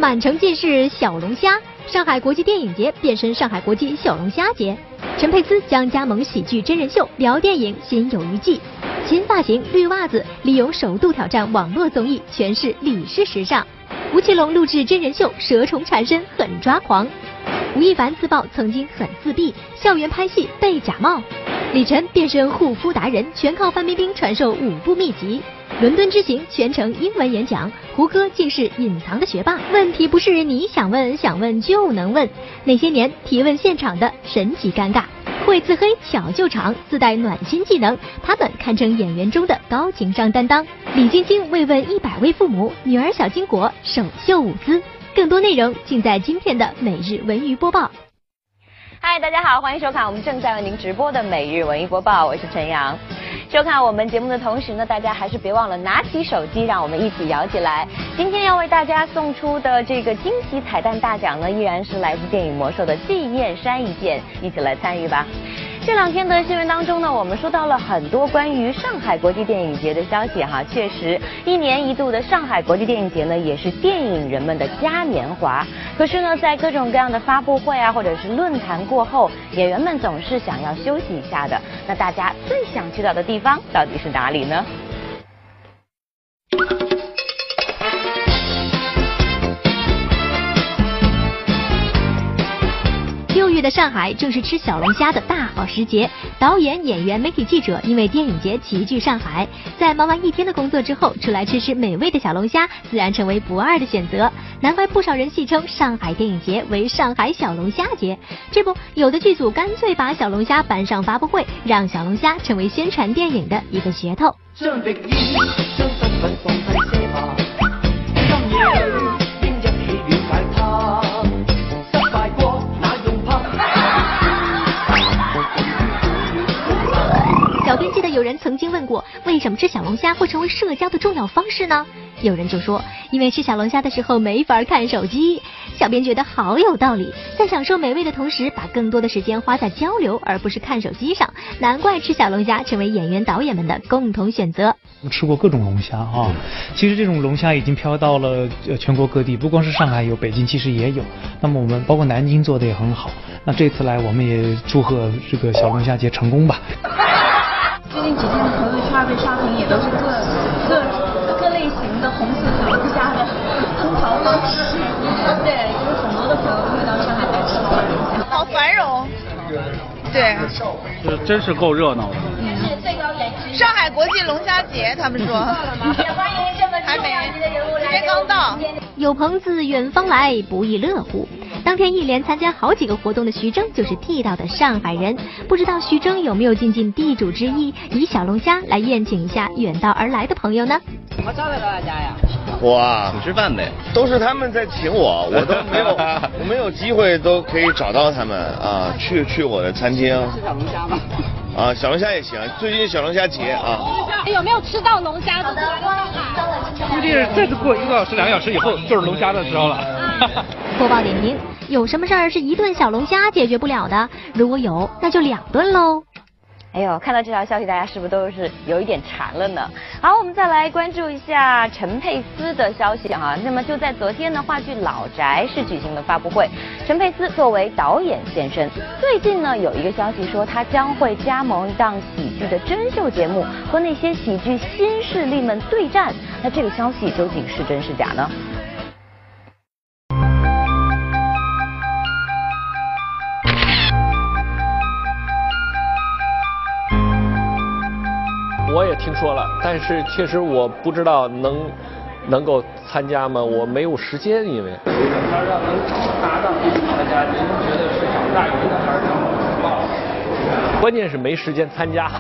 满城尽是小龙虾，上海国际电影节变身上海国际小龙虾节。陈佩斯将加盟喜剧真人秀，聊电影心有余悸。新发型绿袜子，利用首度挑战网络综艺，诠释李氏时尚。吴奇隆录制真人秀，蛇虫缠身很抓狂。吴亦凡自曝曾经很自闭，校园拍戏被假冒。李晨变身护肤达人，全靠范冰冰传授5步秘籍。伦敦之行全程英文演讲，胡歌竟是隐藏的学霸。问题不是你想问就能问，那些年提问现场的神奇尴尬，会自黑巧救场，自带暖心技能，他们堪称演员中的高情商担当。李晶晶慰问100位父母，女儿小金果首秀舞姿。更多内容尽在今天的每日文娱播报。 嗨，大家好，欢迎收看我们正在为您直播的每日文娱播报，我是陈阳。收看我们节目的同时呢，大家还是别忘了拿起手机，让我们一起摇起来。今天要为大家送出的这个惊喜彩蛋大奖呢，依然是来自电影《魔兽》的纪念山一件，一起来参与吧。这2天的新闻当中呢，我们说到了很多关于上海国际电影节的消息哈。确实，1年1度的上海国际电影节呢，也是电影人们的嘉年华。可是呢，在各种各样的发布会啊，或者是论坛过后，演员们总是想要休息一下的。那大家最想去到的地方到底是哪里呢 ？6月的上海正是吃小龙虾的大好时节，导演、演员、媒体记者因为电影节齐聚上海，在忙完1天的工作之后，出来吃美味的小龙虾，自然成为不二的选择。难怪不少人戏称上海电影节为上海小龙虾节。这不，有的剧组干脆把小龍蝦搬上發布會，讓小龍蝦成為宣傳電影的一個噱頭。將敵意，將身份放低些吧，今夜應一起了解它，失敗過哪用怕。小编記得有人曾經問過，為什麼吃小龍蝦會成為社交的重要方式呢？有人就說，因為吃小龍蝦的時候沒法看手機。小編覺得好有道理，在享受美味的同時，把更多的時間花在交流，而不是看手機上。難怪吃小龍蝦成為演員導演們的共同選擇。 我吃過各種龍蝦啊，其實這種龍蝦已經飄到了全國各地，不光是上海有，北京其實也有。那麼我們包括南京做的也很好。那這次來，我們也祝賀這個小龍蝦節成功吧。 最近幾天的朋友圈被刷屏，也都是各類型的紅色小龍蝦的吐槽方式。對，就是很多的朋友都會到上海來吃好龍蝦，好繁榮。對， 真是夠熱鬧的。 上海國際龍蝦節，他們說還沒，今天剛到。 有朋自遠方來，不亦樂乎。當天一連參加好幾個活動的徐崢就是地道的上海人，不知道徐崢有沒有盡盡地主之誼，以小龍蝦來宴請一下遠道而來的朋友呢？ 我招待大家呀。 我啊， 請吃飯唄。 都是他們在請我，我都沒有，我沒有機會都可以找到他們啊，去我的餐廳。 是小龍蝦嗎？ 啊，小龍蝦也行，最近小龍蝦節啊。 有沒有吃到龍蝦的？ 估計是再次過1個小時、2個小時以後，就是龍蝦的時候了。 播報點評：有什麼事兒是一頓小龍蝦解決不了的？如果有，那就2頓嘍。 哎呦，看到這條消息，大家是不是都是有一點馋了呢？好，我們再來關注一下陳佩斯的消息哈。那麼就在昨天呢，話劇《老宅》是舉行了發布會，陳佩斯作為導演現身。最近呢，有一個消息說他將會加盟一檔喜劇的真秀節目，和那些喜劇新勢力們對戰。那這個消息究竟是真是假呢？ 我也聽說了，但是確實我不知道能夠參加嗎？我沒有時間，因為這個片要能找搭檔，大家您覺得是找大魚呢，還是找小豹？關鍵是沒時間參加。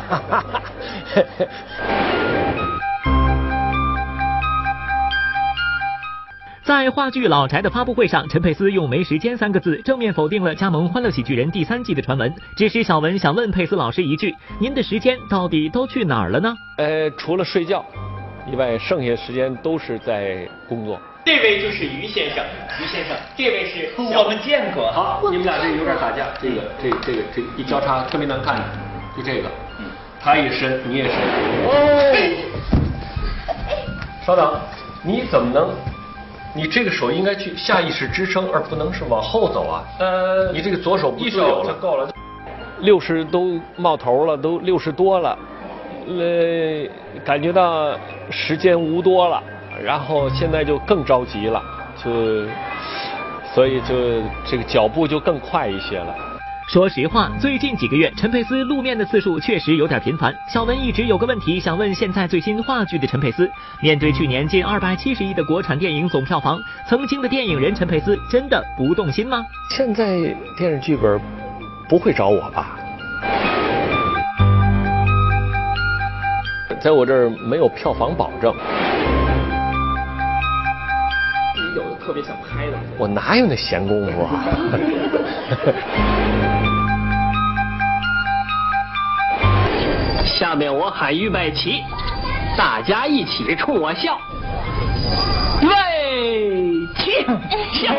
在話劇《老宅》的發布會上，陳佩斯用沒時間3個字正面否定了加盟《歡樂喜劇人》第3季的傳聞。只是小文想問佩斯老師一句：您的時間到底都去哪兒了呢？ 除了睡覺以外，剩下時間都是在工作。 這位就是於先生，於先生，這位是我們見過。 好，你們倆這有點打架，這一交叉特別難看，就這個，他也深，你也深。哦，稍等，你怎麼能你这个手应该去下意识支撑，而不能是往后走啊。你这个左手不自由了，够了。60都冒头了，都60多了，感觉到时间无多了，然后现在就更着急了，所以这个脚步就更快一些了。 说实话，最近几个月陈佩斯露面的次数确实有点频繁。小文一直有个问题想问现在最新话剧的陈佩斯，面对去年近270亿的国产电影总票房，曾经的电影人陈佩斯真的不动心吗？ 现在电视剧本不会找我吧？在我这儿没有票房保证。 你有特别想拍的？ 我哪有那闲工夫啊？ 下面我喊预备起，大家一起冲我笑。对，起，笑。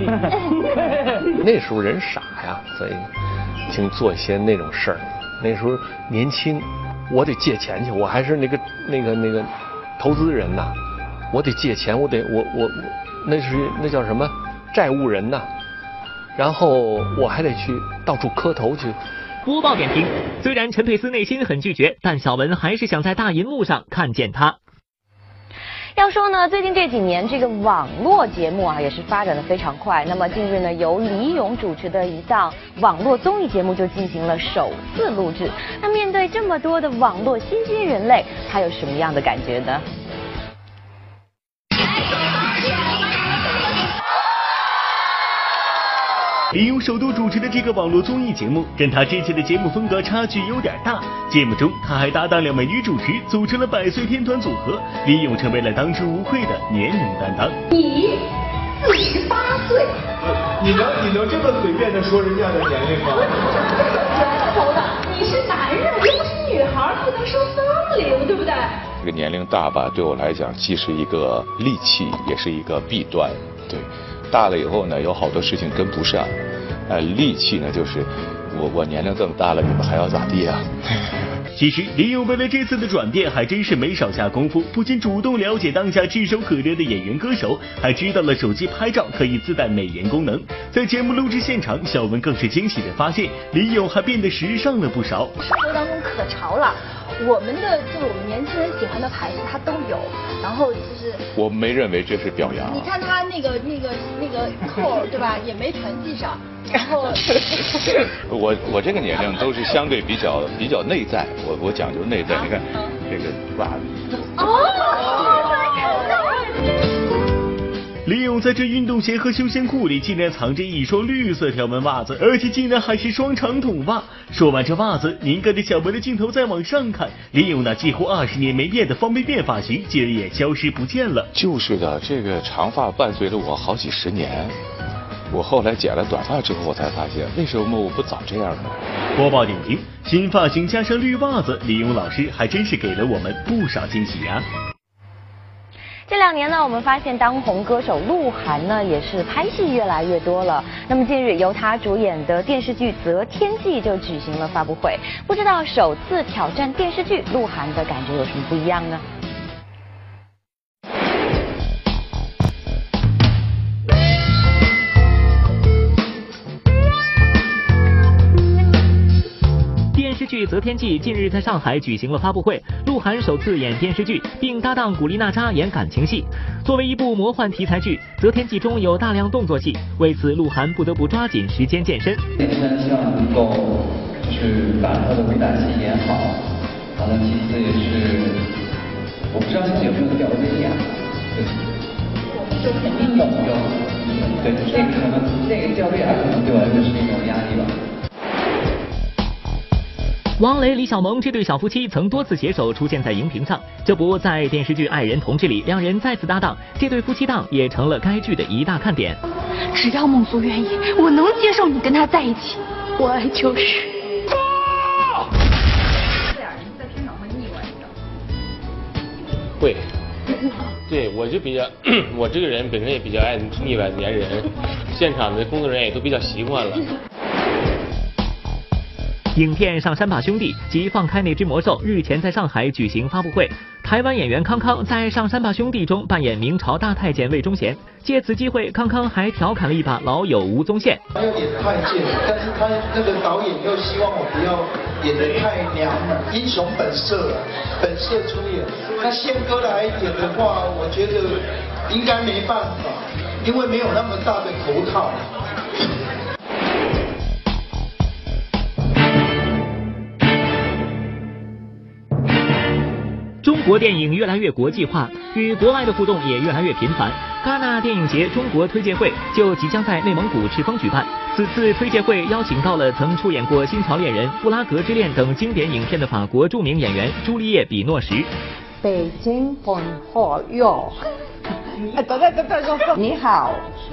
那时候人傻呀，所以净做一些那种事儿。那时候年轻，我得借钱去，我还是那个投资人呐，我得借钱，我那叫什么债务人呐，然后我还得去到处磕头去。 播报点评：虽然陈佩斯内心很拒绝，但小文还是想在大银幕上看见他。 要说呢，最近这几年这个网络节目啊，也是发展的非常快。那么近日呢，由李咏主持的一档网络综艺节目就进行了首次录制。那面对这么多的网络新兴人类，他有什么样的感觉呢？ 李咏首度主持的这个网络综艺节目，跟他之前的节目风格差距有点大。节目中，他还搭档2位女主持，组成了100岁天团组合。李咏成为了当之无愧的年龄担当。 你48岁， 你能这么随便的说人家的年龄吗？ 圆头的，你是男人，又不是女孩，不能说风流，对不对？ 这个年龄大吧，对我来讲既是一个利器，也是一个弊端。对。大了以后呢，有好多事情跟不上，戾气呢就是我年龄这么大了，你们还要咋地啊？ 其实李咏为了这次的转变还真是没少下功夫，不仅主动了解当下炙手可热的演员歌手，还知道了手机拍照可以自带美颜功能。在节目录制现场，小文更是惊喜的发现，李咏还变得时尚了不少。 生活当中可潮了，我们年轻人喜欢的牌子他都有，然后就是我没认为这是表扬。 你看他那个扣对吧，也没全系上，然后我这个年龄都是相对比较内在，我讲究内在。你看这个袜子。 李咏在这运动鞋和休闲裤里竟然藏着一双绿色条纹袜子，而且竟然还是双长筒袜。说完这袜子，您跟着小文的镜头再往上看，李咏那几乎20年没变的方便面发型竟然也消失不见了。 就是的，这个长发伴随了我好几十年。我后来剪了短发之后，我才发现为什么我不早这样呢？ 播报点评：新发型加上绿袜子，李咏老师还真是给了我们不少惊喜呀。 这2年呢，我们发现当红歌手鹿晗呢，也是拍戏越来越多了。那么近日由他主演的电视剧《择天记》就举行了发布会，不知道首次挑战电视剧，鹿晗的感觉有什么不一样呢？ 电视剧《择天记》近日在上海举行了发布会，鹿晗首次演电视剧，并搭档古力娜扎演感情戏。作为一部魔幻题材剧，《择天记》中有大量动作戏，为此鹿晗不得不抓紧时间健身。 现在希望能够就是把他的武打戏演好，完了其次也是我不知道现在有没有吊威亚，对，这肯定有，对，这个可能这个吊威亚可能对我来说是一种压力吧。 王雷、李小萌这对小夫妻曾多次携手出现在荧屏上，这不在电视剧《爱人同志》里，2人再次搭档，这对夫妻档也成了该剧的一大看点。 只要孟苏愿意，我能接受你跟他在一起，我爱就是。 这样在片场会腻歪的。 会，对我就比较，我这个人本身也比较爱腻歪粘人，现场的工作人员也都比较习惯了。 影片《上山吧兄弟》及《放开那只魔兽》日前在上海举行发布会， 台湾演员康康在《上山吧兄弟》中扮演明朝大太监魏忠贤，借此机会，康康还调侃了一把老友吴宗宪。 他有点太监，但是他那个导演又希望我不要演得太娘了，英雄本色，本色出演。那宪哥来演的话，我觉得应该没办法，因为没有那么大的头套。 中国电影越来越国际化，与国外的互动也越来越频繁。戛纳电影节中国推介会就即将在内蒙古赤峰举办。此次推介会邀请到了曾出演过《新桥恋人》《布拉格之恋》等经典影片的法国著名演员朱丽叶·比诺什。 北京很好哟。你好。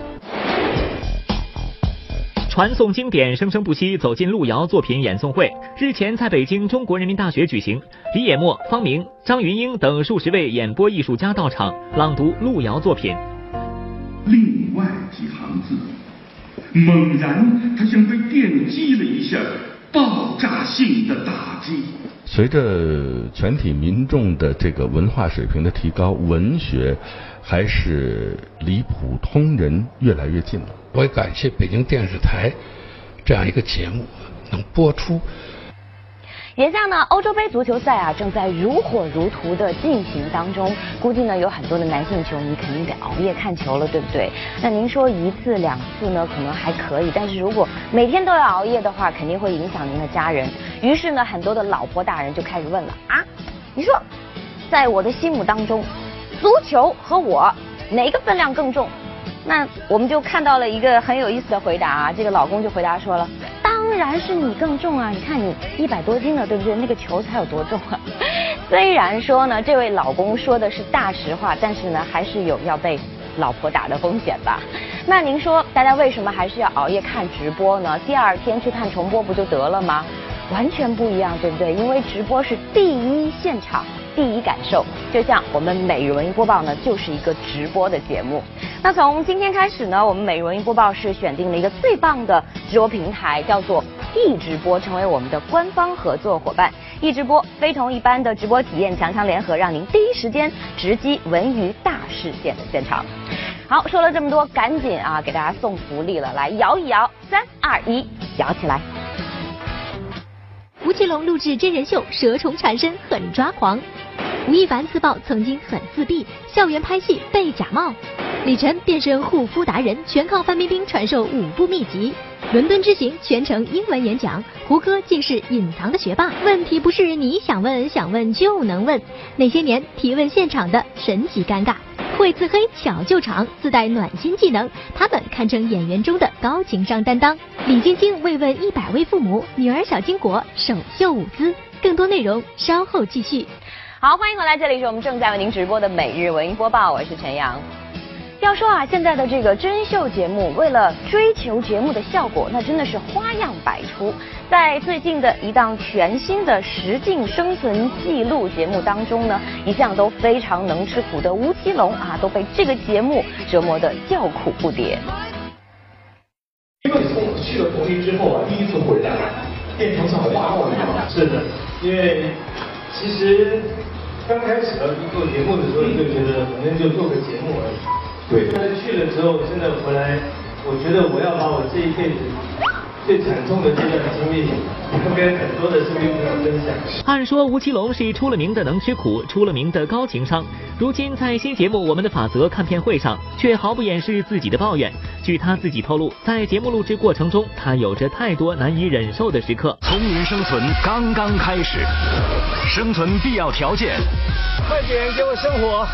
传颂经典，生生不息，走进路遥作品演诵会日前在北京中国人民大学举行，李野墨、方明、张云英等数十位演播艺术家到场朗读路遥作品。 另外几行字，猛然它像被电击了一下，爆炸性的打击。 随着全体民众的这个文化水平的提高，文学还是离普通人越来越近了。 我也感谢北京电视台这样一个节目能播出。 眼下呢，欧洲杯足球赛正在如火如荼的进行当中，估计呢有很多的男性球迷肯定得熬夜看球了，对不对？那您说1次2次呢可能还可以，但是如果每天都要熬夜的话，肯定会影响您的家人。于是呢，很多的老婆大人就开始问了啊，你说，在我的心目当中，足球和我哪个分量更重？那我们就看到了一个很有意思的回答这个老公就回答说了，当然是你更重啊！你看你100多斤了，对不对？那个球才有多重啊！虽然说呢，这位老公说的是大实话，但是呢，还是有要被老婆打的风险吧。那您说，大家为什么还是要熬夜看直播呢？第2天去看重播不就得了吗？完全不一样，对不对？因为直播是第一现场。第一感受，就像我们每日文艺播报呢，就是一个直播的节目。那从今天开始呢，我们每日文艺播报是选定了一个最棒的直播平台，叫做易直播，成为我们的官方合作伙伴。易直播非同一般的直播体验，强强联合，让您第一时间直击文娱大事件的现场。好，说了这么多，赶紧给大家送福利了，来摇一摇，3、2、1，摇起来！ 吴奇隆录制真人秀，蛇虫缠身很抓狂。吴亦凡自曝曾经很自闭，校园拍戏被假冒。李晨变身护肤达人，全靠范冰冰传授5步秘籍。伦敦之行全程英文演讲，胡歌竟是隐藏的学霸。问题不是你想问就能问，那些年提问现场的神级尴尬。会自黑巧救场，自带暖心技能，他们堪称演员中的高情商担当。李晶晶慰问100位父母，女儿小金果首秀舞姿。更多内容稍后继续。 好，欢迎回来，这里是我们正在为您直播的每日文艺播报，我是陈阳。要说现在的这个真人秀节目，为了追求节目的效果，那真的是花样百出。在最近的一档全新的实境生存记录节目当中呢，一向都非常能吃苦的吴奇隆都被这个节目折磨得叫苦不迭。 因为从我去了国内之后第一次回来，变成像花炮一样。是的，因为其实刚开始一做节目的时候，就觉得反正就做个节目而已。对。但是去了之后，真的回来，我觉得我要把我这一辈子最惨痛的这段经历，跟很多的身边朋友分享。 按说吴奇隆是出了名的能吃苦，出了名的高情商，如今在新节目《我们的法则》看片会上，却毫不掩饰自己的抱怨。据他自己透露，在节目录制过程中，他有着太多难以忍受的时刻。 丛林生存刚刚开始，生存必要条件， 快点给我生火！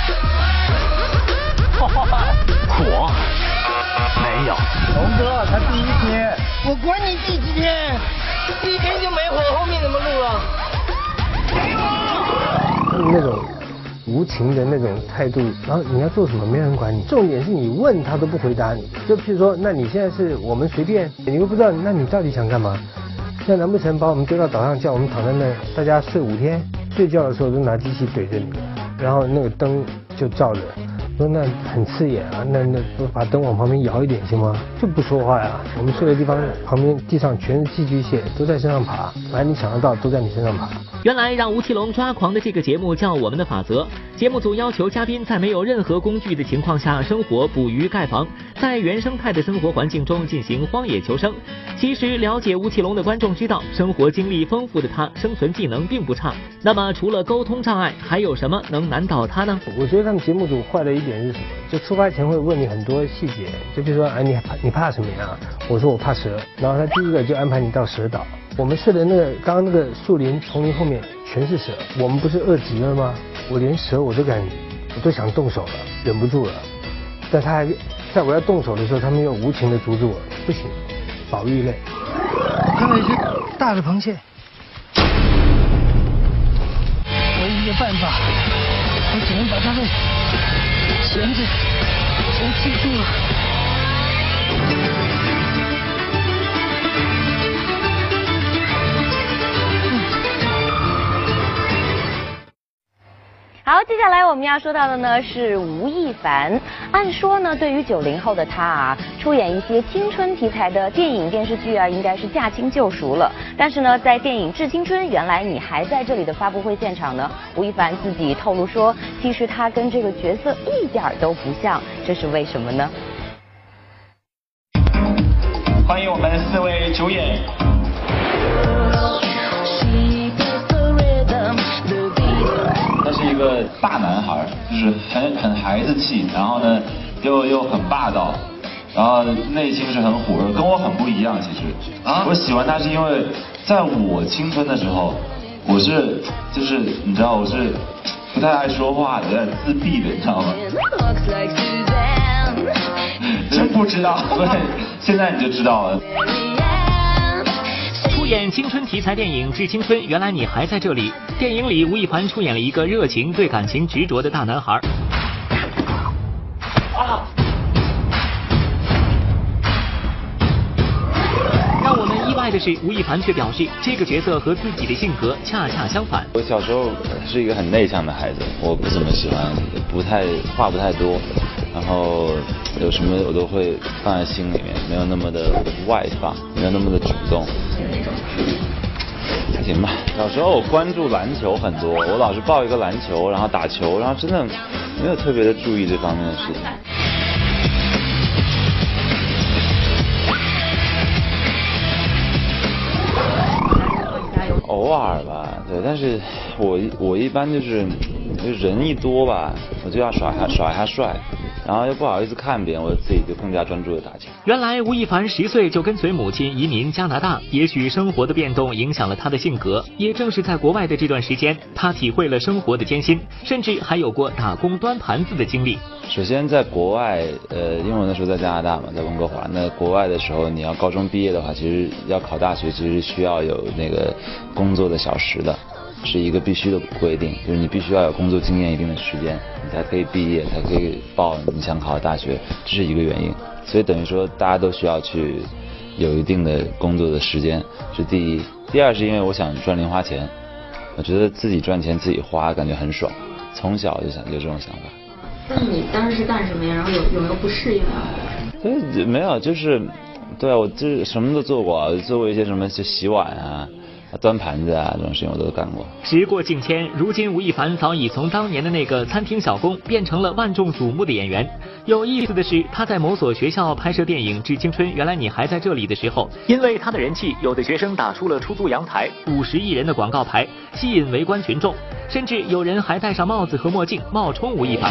火没有。 龙哥，才第1天， 我管你第几天，第1天就没火，后面怎么录了？ 那种无情的那种态度，然后你要做什么没人管你，重点是你问他都不回答你。就譬如说，那你现在是我们随便，你又不知道，那你到底想干嘛？像难不成把我们丢到岛上，叫我们躺在那，大家睡5天，睡觉的时候都拿机器怼着你，然后那个灯就照着， 说那很刺眼啊，那把灯往旁边摇一点行吗？就不说话呀。我们睡的地方旁边地上全是寄居蟹，都在身上爬，反正你想得到都在你身上爬。 原来让吴奇隆抓狂的这个节目叫《我们的法则》，节目组要求嘉宾在没有任何工具的情况下生活、捕鱼、盖房，在原生态的生活环境中进行荒野求生。其实了解吴奇隆的观众知道，生活经历丰富的他生存技能并不差。那么除了沟通障碍，还有什么能难倒他呢？ 我觉得他们节目组坏的一点是什么？就出发前会问你很多细节，就比如说，你怕什么呀？我说我怕蛇，然后他第一个就安排你到蛇岛。我们睡的刚刚那个树林丛林后面全是蛇，我们不是饿极了吗？我连蛇我都想动手了，忍不住了。但他还在我要动手的时候，他们又无情的阻止我，不行，保育类。看到一只大的螃蟹，唯一的办法，我只能把它的钳子全系住了。 好，接下来我们要说到的呢是吴亦凡。按说呢，对于90后的他啊，出演一些青春题材的电影电视剧啊，应该是驾轻就熟了。但是呢，在电影《致青春》原来你还在这里的发布会现场呢，吴亦凡自己透露说，其实他跟这个角色一点都不像，这是为什么呢？ 欢迎我们4位主演。他是一个大男孩，就是很孩子气，然后呢又很霸道，然后内心是很火热，跟我很不一样。其实我喜欢他是因为在我青春的时候，我是就是你知道我是不太爱说话的，有点自闭的，你知道吗？真不知道，对，现在你就知道了。 出演青春题材电影《致青春》，原来你还在这里。电影里，吴亦凡出演了一个热情、对感情执着的大男孩。让我们意外的是，吴亦凡却表示，这个角色和自己的性格恰恰相反。 我小时候是一个很内向的孩子，我不怎么喜欢，话不太多，然后有什么我都会放在心里面，没有那么的外放，没有那么的主动。还行吧。小时候我关注篮球很多，我老是抱一个篮球，然后打球，然后真的没有特别的注意这方面的事情。偶尔吧，对，但是我一般就是人一多吧，我就要耍一下帅，然后又不好意思看别人，我自己就更加专注的打球。 原来吴亦凡10岁就跟随母亲移民加拿大，也许生活的变动影响了他的性格，也正是在国外的这段时间，他体会了生活的艰辛，甚至还有过打工端盘子的经历。 首先在国外，因为我那时候在加拿大嘛，在温哥华。那国外的时候，你要高中毕业的话，其实要考大学，其实需要有那个工作的小时的，是一个必须的规定，就是你必须要有工作经验一定的时间，你才可以毕业，才可以报你想考的大学，这是一个原因。所以等于说大家都需要去有一定的工作的时间，是第一。第二是因为我想赚零花钱，我觉得自己赚钱自己花感觉很爽，从小就想有这种想法。 那你当时是干什么呀？然后有没有不适应啊？ 没有，就是对啊，我就是什么都做过，我做过一些什么就洗碗啊、端盘子啊这种事情我都干过。 时过境迁，如今吴亦凡早已从当年的那个餐厅小工变成了万众瞩目的演员。有意思的是，他在某所学校拍摄电影《致青春》原来你还在这里的时候，因为他的人气，有的学生打出了出租阳台、50亿人的广告牌，吸引围观群众，甚至有人还戴上帽子和墨镜冒充吴亦凡。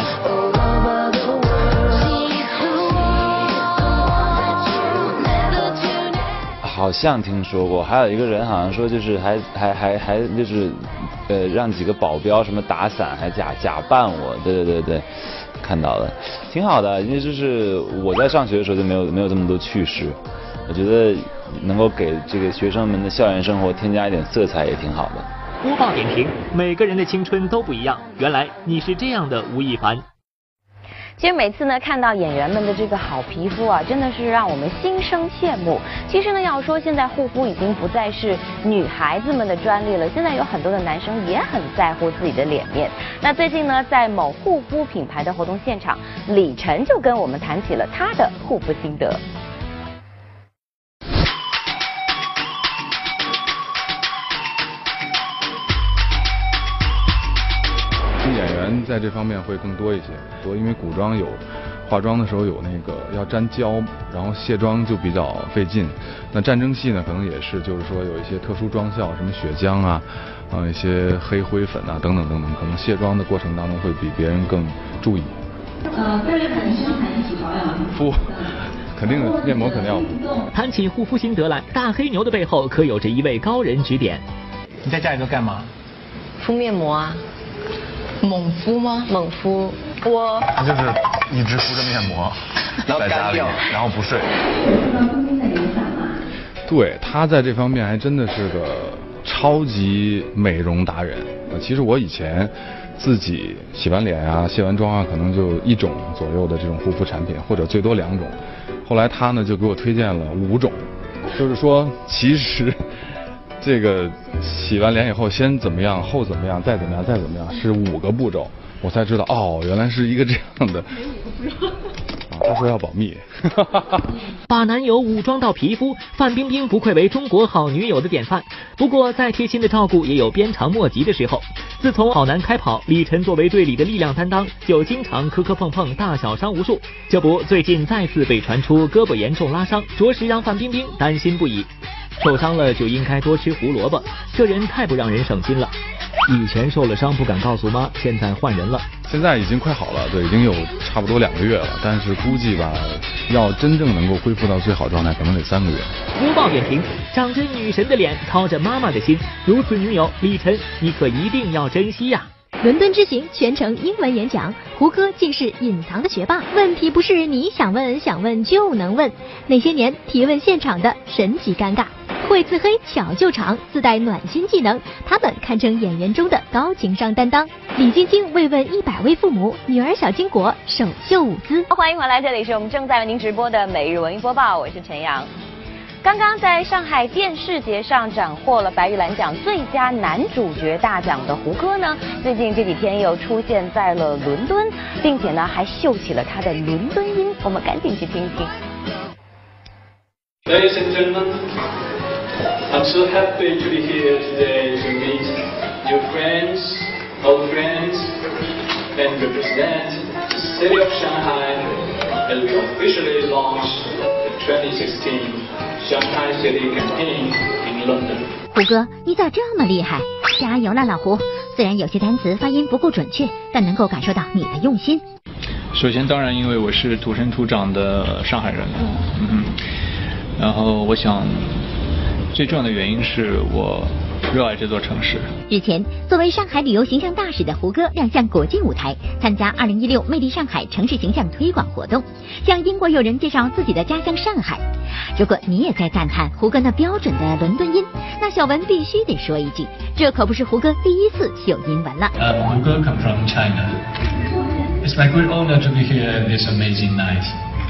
好像听说过，还有一个人好像说就是还就是让几个保镖什么打伞，还假扮我，对，看到了，挺好的，因为就是我在上学的时候就没有这么多趣事，我觉得能够给这个学生们的校园生活添加一点色彩也挺好的。 播报点评：每个人的青春都不一样，原来你是这样的吴亦凡。 其实每次呢看到演员们的这个好皮肤啊，真的是让我们心生羡慕。其实呢，要说现在护肤已经不再是女孩子们的专利了，现在有很多的男生也很在乎自己的脸面。那最近呢，在某护肤品牌的活动现场，李晨就跟我们谈起了他的护肤心得。 演员在这方面会更多一些，因为古装有化妆的时候有那个要沾胶，然后卸妆就比较费劲。那战争戏呢，可能也是，就是说有一些特殊妆效，什么血浆啊，一些黑灰粉啊等等等等，可能卸妆的过程当中会比别人更注意。 跟日本生产一起保养敷，肯定的，面膜肯定要敷。 谈起护肤心得来，大黑牛的背后可有着一位高人指点。 你在家里都干嘛？ 敷面膜啊。猛敷吗？猛敷， 他就是一直敷着面膜，在家里，然后不睡。 对，他在这方面还真的是个超级美容达人。其实我以前自己洗完脸啊、卸完妆啊，可能就1种左右的这种护肤产品，或者最多2种。后来他呢就给我推荐了5种，就是说其实。这个洗完脸以后，先怎么样，后怎么样，再怎么样，再怎么样，是5个步骤，我才知道哦，原来是一个这样的。他说要保密。 把男友武装到皮肤，范冰冰不愧为中国好女友的典范。不过再贴心的照顾也有鞭长莫及的时候。自从好男开跑，李晨作为队里的力量担当，就经常磕磕碰碰，大小伤无数。这不，最近再次被传出胳膊严重拉伤，着实让范冰冰担心不已。受伤了就应该多吃胡萝卜，这人太不让人省心了。以前受了伤不敢告诉妈，现在换人了。 现在已经快好了，对，已经有差不多2个月了，但是估计吧，要真正能够恢复到最好状态，可能得3个月。 播报点评：长着女神的脸，操着妈妈的心，如此女友李晨，你可一定要珍惜呀！ 伦敦之行全程英文演讲，胡歌竟是隐藏的学霸。问题不是你想问就能问，那些年提问现场的神级尴尬。会自黑巧救场，自带暖心技能，他们堪称演员中的高情商担当。李晶晶慰问100位父母，女儿小金果首秀舞姿。 欢迎回来，这里是我们正在为您直播的每日文娱播报，我是陈阳。刚刚在上海电视节上斩获了白玉兰奖最佳男主角大奖的胡歌呢，最近这几天又出现在了伦敦，并且呢还秀起了他的伦敦音，我们赶紧去听听。 Ladies and gentlemen, I'm so happy to be here today to meet new friends, old friends, and represent the city of Shanghai as we officially launch the 2016 Shanghai City Campaign in London. 胡歌，你咋这么厉害？加油了，老胡！虽然有些单词发音不够准确，但能够感受到你的用心。 首先，当然因为我是土生土长的上海人，然后我想。最重要的原因是我热爱这座城市。 日前，作为上海旅游形象大使的胡歌亮相国际舞台，参加2016魅力上海城市形象推广活动，向英国友人介绍自己的家乡上海。如果你也在赞叹胡歌那标准的伦敦音，那小文必须得说一句，这可不是胡歌第一次秀英文了。 胡歌 come from China. It's my great honor to be here this amazing night.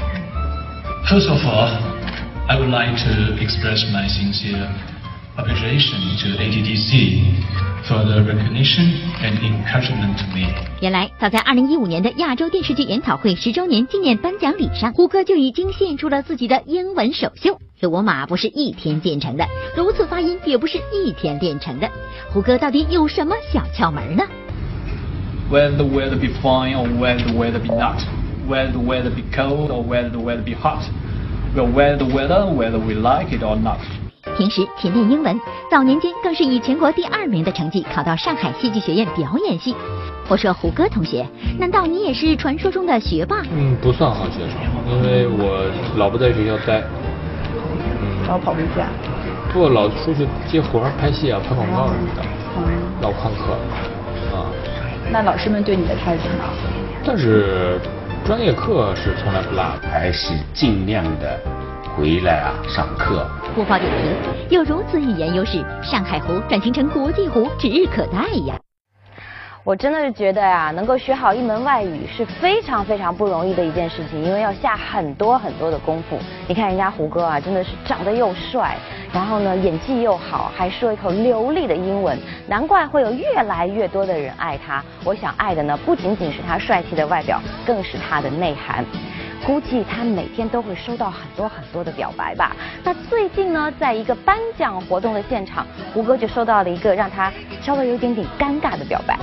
First of all,I would like to express my sincere appreciation to ATTC for the recognition and encouragement to me. 原来，早在2015年的亚洲电视剧研讨会10周年纪念颁奖礼上，胡歌就已经献出了自己的英文首秀。罗马不是一天建成的，如此发音也不是一天练成的。胡歌到底有什么小窍门呢 ？Whether the weather be fine or whether the weather be not, whether the weather be cold or whether the weather be hot.We'll wear the weather, whether we like it or not. 平时勤练英文，早年间更是以全国第2名的成绩考到上海戏剧学院表演系。我说胡歌同学，难道你也是传说中的学霸？ 不算好学生，因为我老不在学校待， 老跑回家。 不，老出去接活拍戏啊，拍广告什么的，老旷课啊。 那老师们对你的态度呢？ 但是专业课是从来不落的， 还是尽量的回来上课。 播报点评：有如此语言优势，上海湖转型成国际湖指日可待呀！ 我真的是觉得啊，能够学好一门外语是非常非常不容易的一件事情，因为要下很多很多的功夫。你看人家胡歌啊，真的是长得又帅，然后呢演技又好，还说一口流利的英文，难怪会有越来越多的人爱他。我想爱的呢，不仅仅是他帅气的外表，更是他的内涵。估计他每天都会收到很多很多的表白吧。那最近呢，在一个颁奖活动的现场，胡歌就收到了一个让他稍微有一点点尴尬的表白。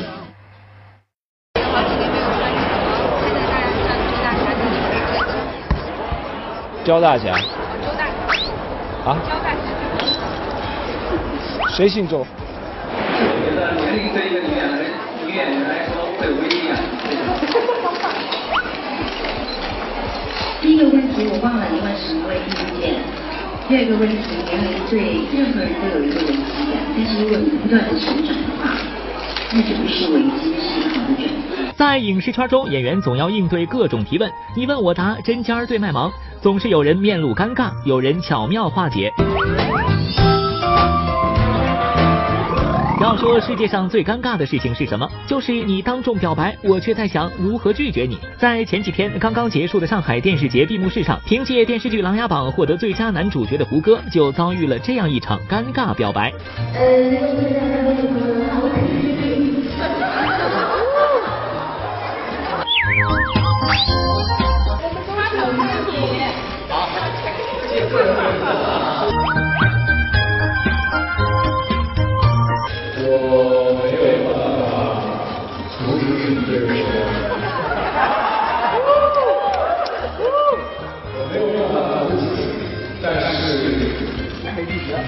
交大侠。 周大侠。 啊？ 交大侠。 谁姓周？ 我觉得年龄对一个女演员来说会有威力啊。 第一个问题我忘了你问什么，我也听不见。第二个问题，年龄对任何人都有一个危机感，但是如果你不断的成长的话，那就不是危机，是好的转变。 在影视圈中，演员总要应对各种提问，你问我答，针尖对麦芒，总是有人面露尴尬，有人巧妙化解。要说世界上最尴尬的事情是什么？就是你当众表白，我却在想如何拒绝你。在前几天刚刚结束的上海电视节闭幕式上，凭借电视剧《琅琊榜》获得最佳男主角的胡歌，就遭遇了这样一场尴尬表白。 我没有办法阻止你这个说，我没有办法阻止，但是没拒绝。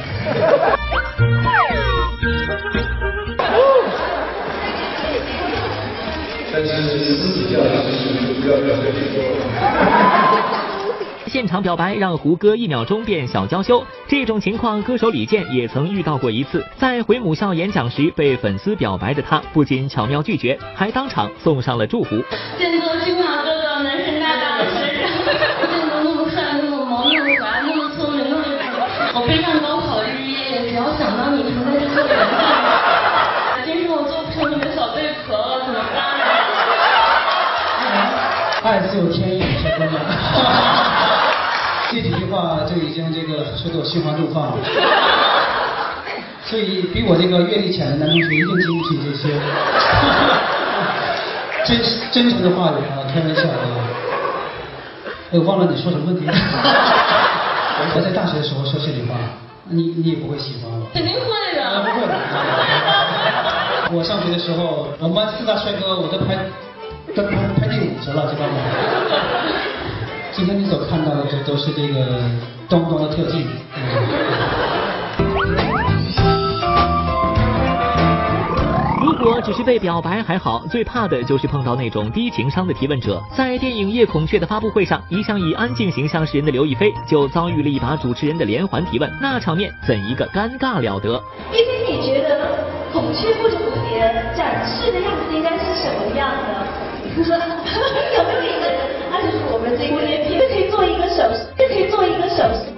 但是私底下的事情不要跟谁说。 现场表白让胡歌1秒钟变小娇羞，这种情况歌手李健也曾遇到过一次。在回母校演讲时被粉丝表白的他，不仅巧妙拒绝，还当场送上了祝福。 见过金马哥哥男神大大的学生，见过那么帅、那么萌、那么可爱、那么聪明、那么我背上高考日夜，只要想到你常在这做人饭，真是我做不成你的小贝壳了，怎么办？ 爱自有天意，小姑娘。这几句话就已经说得我心花怒放了，所以比我这个阅历浅的男同学一定经不起这些真诚的话语啊，开玩笑的。我忘了你说什么问题了。我在大学的时候说心里话，你也不会喜欢我。 肯定会的。 不会的。我上学的时候，我们班4大帅哥我都排第50了，知道吗？今天你所看到的都是这个东东的特技。 如果只是被表白还好，最怕的就是碰到那种低情商的提问者。在电影《夜孔雀》的发布会上，一向以安静形象示人的刘亦菲就遭遇了一把主持人的连环提问，那场面怎一个尴尬了得！ 亦菲，你觉得孔雀或者蝴蝶展示的样子应该是什么样的？有没有一个？那就是我们这个脸皮可以做一个手势，可以做一个手势。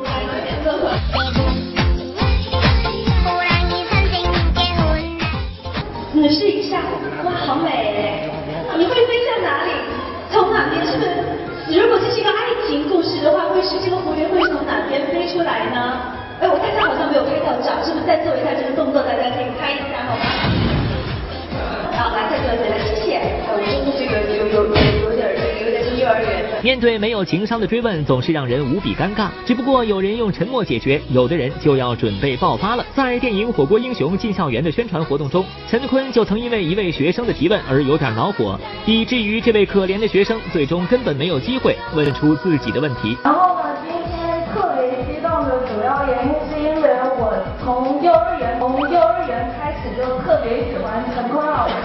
你试一下，哇，好美哎！你会飞向哪里？从哪边？是不是？如果这是一个爱情故事的话，会是这个蝴蝶会从哪边飞出来呢？哎，我看他好像没有拍到照，是不是再做一下这个动作？大家可以拍一下好吗？好，来再做一下，谢谢。我真的这个有点是幼儿园的。 面对没有情商的追问，总是让人无比尴尬。只不过有人用沉默解决，有的人就要准备爆发了。在电影《火锅英雄进校园》的宣传活动中，陈坤就曾因为一位学生的提问而有点恼火，以至于这位可怜的学生最终根本没有机会问出自己的问题。 然后呢，今天特别激动的主要原因是因为我从幼儿园开始就特别喜欢陈坤老师。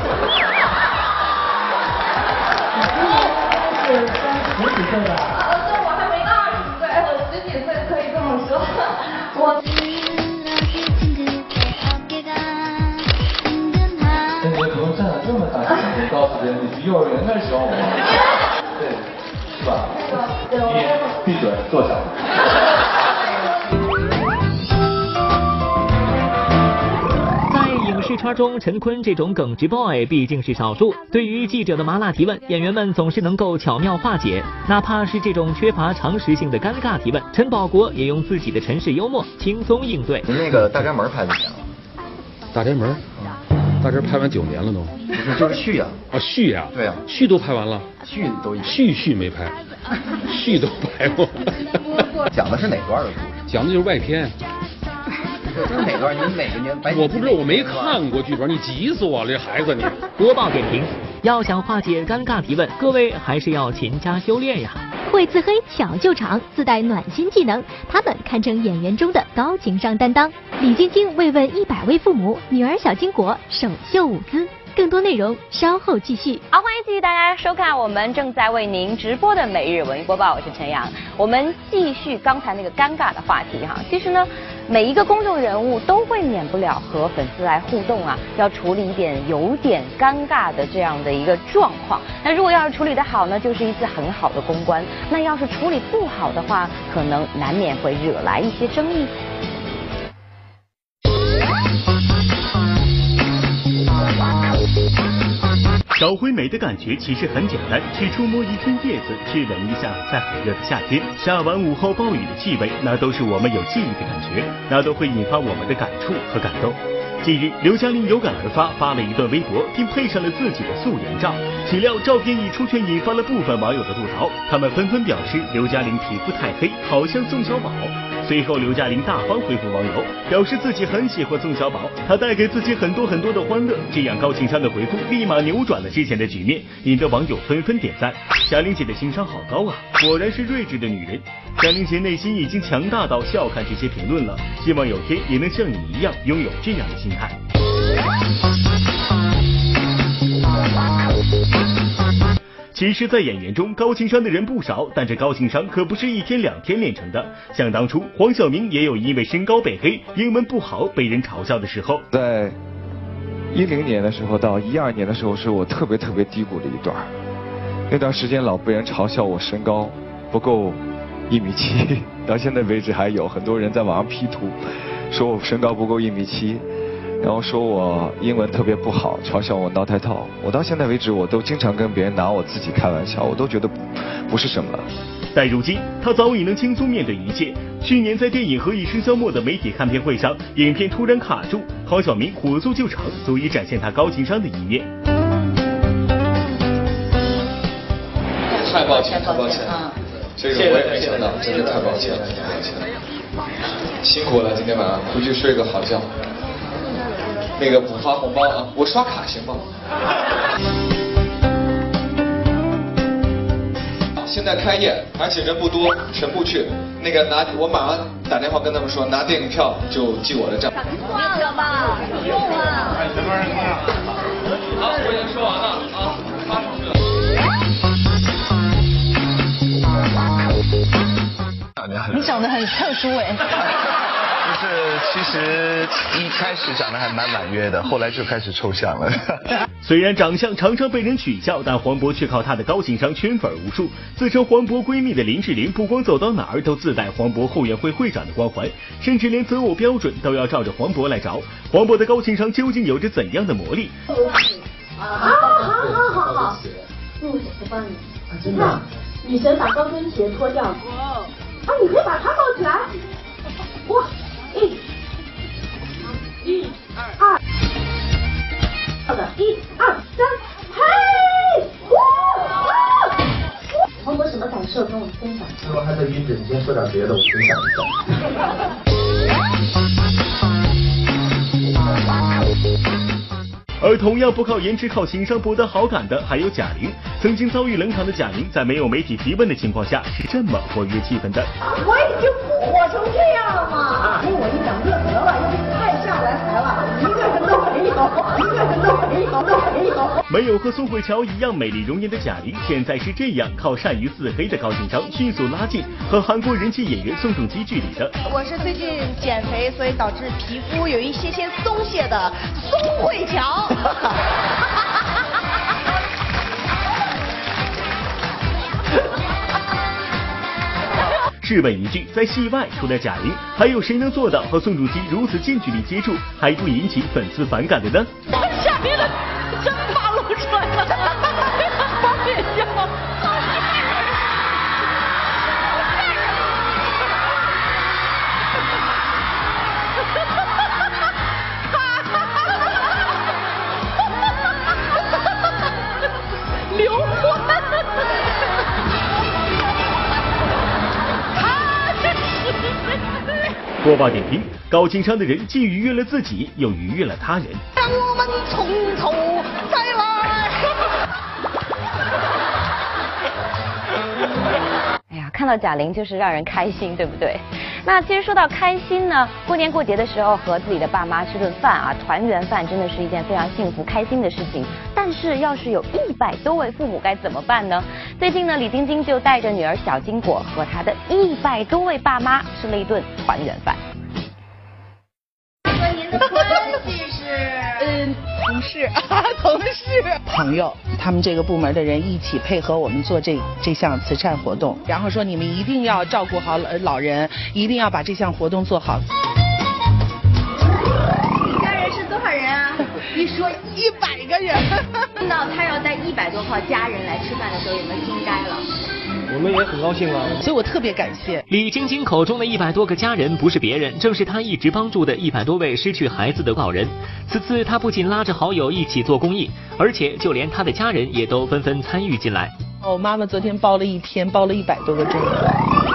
10几岁了。 对，我还没20岁，我10几岁可以这么说。我。 真觉不用站了这么长时高时间，你是幼儿园那时候吗？对，是吧？你闭嘴，坐下。 娱圈中陈坤这种耿直 boy 毕竟是少数，对于记者的麻辣提问，演员们总是能够巧妙化解，哪怕是这种缺乏常识性的尴尬提问，陈宝国也用自己的陈氏幽默轻松应对。 您那个大宅门拍的怎么样？ 大宅门，大宅拍完9年了都。 不是，就是续呀。 啊，续呀。 对呀。 续都拍完了。 续都续没拍，续都拍过。 讲的是哪段的故事？ 讲的就是外篇。 这是哪段？你哪个年？ 我不知道，我没看过剧本，你急死我了，这孩子你。 播报点评：要想化解尴尬提问，各位还是要勤加修炼呀。 会自黑巧救场，自带暖心技能，他们堪称演员中的高情商担当。李晶晶慰问100位父母，女儿小金果首秀舞姿。更多内容稍后继续。 好，欢迎继续大家收看我们正在为您直播的每日文娱播报，我是陈阳。我们继续刚才那个尴尬的话题哈。其实呢，每一个公众人物都会免不了和粉丝来互动啊，要处理有点尴尬的这样的一个状况。那如果要是处理得好呢，就是一次很好的公关；那要是处理不好的话，可能难免会惹来一些争议。 找回美的感觉其实很简单，去触摸一片叶子，去闻一下在很热的夏天下完午后暴雨的气味，那都是我们有记忆的感觉，那都会引发我们的感触和感动。近日，刘嘉玲有感而发了一段微博，并配上了自己的素颜照。岂料照片一出，却引发了部分网友的吐槽，他们纷纷表示刘嘉玲皮肤太黑，好像宋小宝。随后，刘嘉玲大方回复网友，表示自己很喜欢宋小宝，他带给自己很多的欢乐。这样高情商的回复立马扭转了之前的局面，引得网友纷纷点赞。嘉玲姐的情商好高啊，果然是睿智的女人。嘉玲姐内心已经强大到笑看这些评论了，希望有天也能像你一样拥有这样的心态。其实，在演员中高情商的人不少，但这高情商可不是1天2天练成的。像当初黄晓明也有因为身高被黑、英文不好被人嘲笑的时候。 在10年的时候到12年的时候，是我特别低谷的一段。那段时间老被人嘲笑我身高不够1.7米，到现在为止还有很多人在网上 P 图，说我身高不够1.7米。然后说我英文特别不好，嘲笑我脑袋套。我到现在为止，我都经常跟别人拿我自己开玩笑，我都觉得不是什么。 但如今，他早已能轻松面对一切。去年在电影《何以笙箫默》的媒体看片会上，影片突然卡住，黄晓明火速救场，足以展现他高情商的一面。 太抱歉，这个我也没想到，真的太抱歉了，辛苦了，今天晚上回去睡个好觉。那个不发红包啊，我刷卡行吗？现在开业，而且人不多，全部去。那个我马上打电话跟他们说，拿电影票就记我的账。 算了吧，不用了。 全班人看。好，我已经说完了啊，发出去了。 你长得很特殊哎。 就是其实一开始长得还蛮婉约的，后来就开始抽象了。 虽然长相常常被人取笑，但黄渤却靠他的高情商圈粉无数。自称黄渤闺蜜的林志玲，不光走到哪儿都自带黄渤后援会会长的光环，甚至连择偶标准都要照着黄渤来找。黄渤的高情商究竟有着怎样的魔力？ 好，我帮你。你看，女神把高跟鞋脱掉，你可以把它抱起来。哇！1、2，好的，1、2、3，嘿！黄渤什么感受跟我们分享？ 如果还在晕着，你先说点别的，我分享一下。 而同样不靠颜值靠情商博得好感的还有贾玲。曾经遭遇冷场的贾玲，在没有媒体提问的情况下是这么活跃气氛的。 我已经火成这样了吗？因为我一想热得了，要是太下来台了，一个人都没有。 没有和宋慧乔一样美丽容颜的贾玲，现在是这样靠善于自黑的高情商迅速拉近和韩国人气演员宋仲基距离的。 我是最近减肥，所以导致皮肤有一些松懈的宋慧乔。 试问一句，在戏外除了贾玲，还有谁能做到和宋仲基如此近距离接触，还不引起粉丝反感的呢？ 下面的真暴露出来了，好搞笑。 刘欢， 播报点评：高情商的人既愉悦了自己，又愉悦了他人。 让我们从头再来。 哎呀，看到贾玲就是让人开心，对不对？那其实说到开心呢，过年过节的时候和自己的爸妈吃顿饭啊，团圆饭真的是一件非常幸福开心的事情。但是要是有100多位父母该怎么办呢？最近呢，李晶晶就带着女儿小金果和她的100多位爸妈吃了一顿团圆饭。 和您的关系是同事朋友，他们这个部门的人一起配合我们做这项慈善活动，然后说你们一定要照顾好老人，一定要把这项活动做好。 你家人是多少人啊？ 一说100个人。 听到他要带100多号家人来吃饭的时候，有没有惊呆了？ 我们也很高兴啊， 所以我特别感谢李晶晶口中的100多个家人，不是别人，正是她一直帮助的100多位失去孩子的老人。此次她不仅拉着好友一起做公益，而且就连她的家人也都纷纷参与进来。 我妈妈昨天包了一天，包了100多个粽子。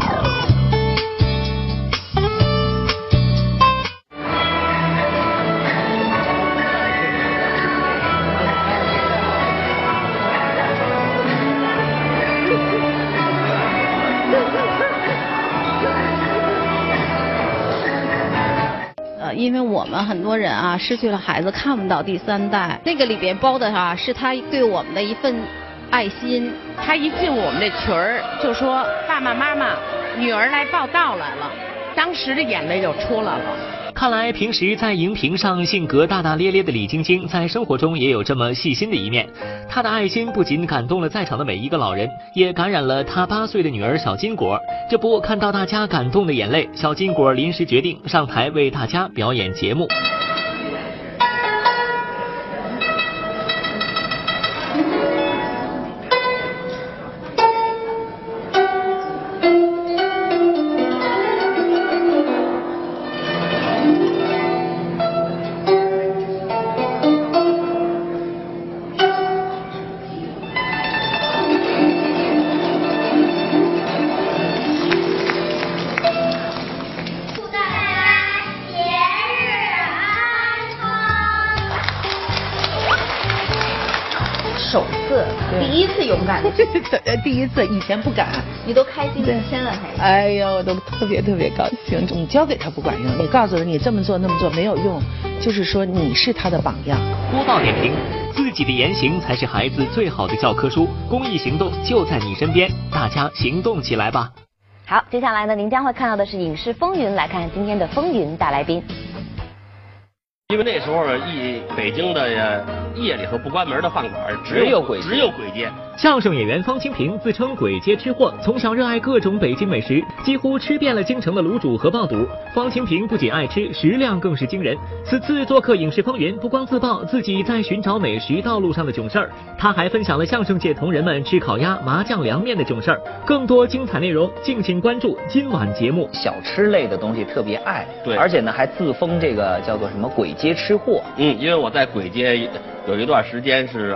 因为我们很多人啊失去了孩子，看不到第3代。那个里边包的啊，是他对我们的一份爱心。 他一进我们这群儿，就说爸爸妈妈，女儿来报道来了，当时的眼泪就出来了。 看来平时在荧屏上性格大大咧咧的李晶晶，在生活中也有这么细心的一面。她的爱心不仅感动了在场的每一个老人，也感染了她8岁的女儿小金果。这不，看到大家感动的眼泪，小金果临时决定上台为大家表演节目。 首次，第一次勇敢的， 第一次，以前不敢。 你都开心1千万开心。 哎呀，我都特别高兴。你教给他不管用，你告诉他你这么做那么做没有用，就是说你是他的榜样。 播报点评：自己的言行才是孩子最好的教科书，公益行动就在你身边，大家行动起来吧。 好，接下来呢，您将会看到的是影视风云，来看今天的风云大来宾。 因为那时候北京的夜里头不关门的饭馆只有簋街。 相声演员方清平自称簋街吃货，从小热爱各种北京美食，几乎吃遍了京城的卤煮和爆肚。方清平不仅爱吃，食量更是惊人。此次做客影视风云，不光自曝自己在寻找美食道路上的囧事儿，他还分享了相声界同仁们吃烤鸭、麻酱凉面的囧事儿。更多精彩内容，敬请关注今晚节目。 小吃类的东西特别爱， 对， 而且呢还自封这个叫做什么簋街吃货。 因为我在簋街有一段时间是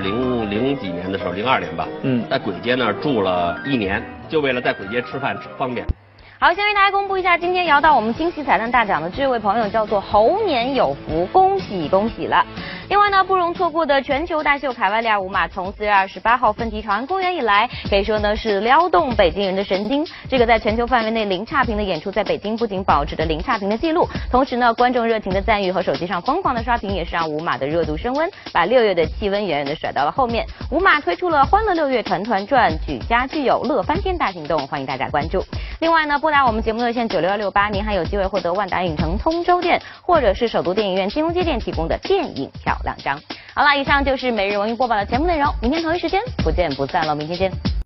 2000几年的时候，02年吧，在簋街那儿住了1年，就为了在簋街吃饭方便。 好，先为大家公布一下今天摇到我们惊喜彩蛋大奖的这位朋友，叫做猴年有福，恭喜恭喜了！另外呢，不容错过的全球大秀凯外利亚舞马，从4月28号奋蹄长安公园以来，可以说呢是撩动北京人的神经。这个在全球范围内零差评的演出，在北京不仅保持着零差评的记录，同时呢，观众热情的赞誉和手机上疯狂的刷屏，也是让舞马的热度升温，把6月的气温远远的甩到了后面。舞马推出了欢乐6月团团转，举家聚友乐翻天大行动，欢迎大家关注。另外呢，拨打我们节目热线96168，您还有机会获得万达影城通州店或者是首都电影院金融街店提供的电影票2张。好了，以上就是每日文娱播报的全部内容，明天同一时间不见不散喽，明天见。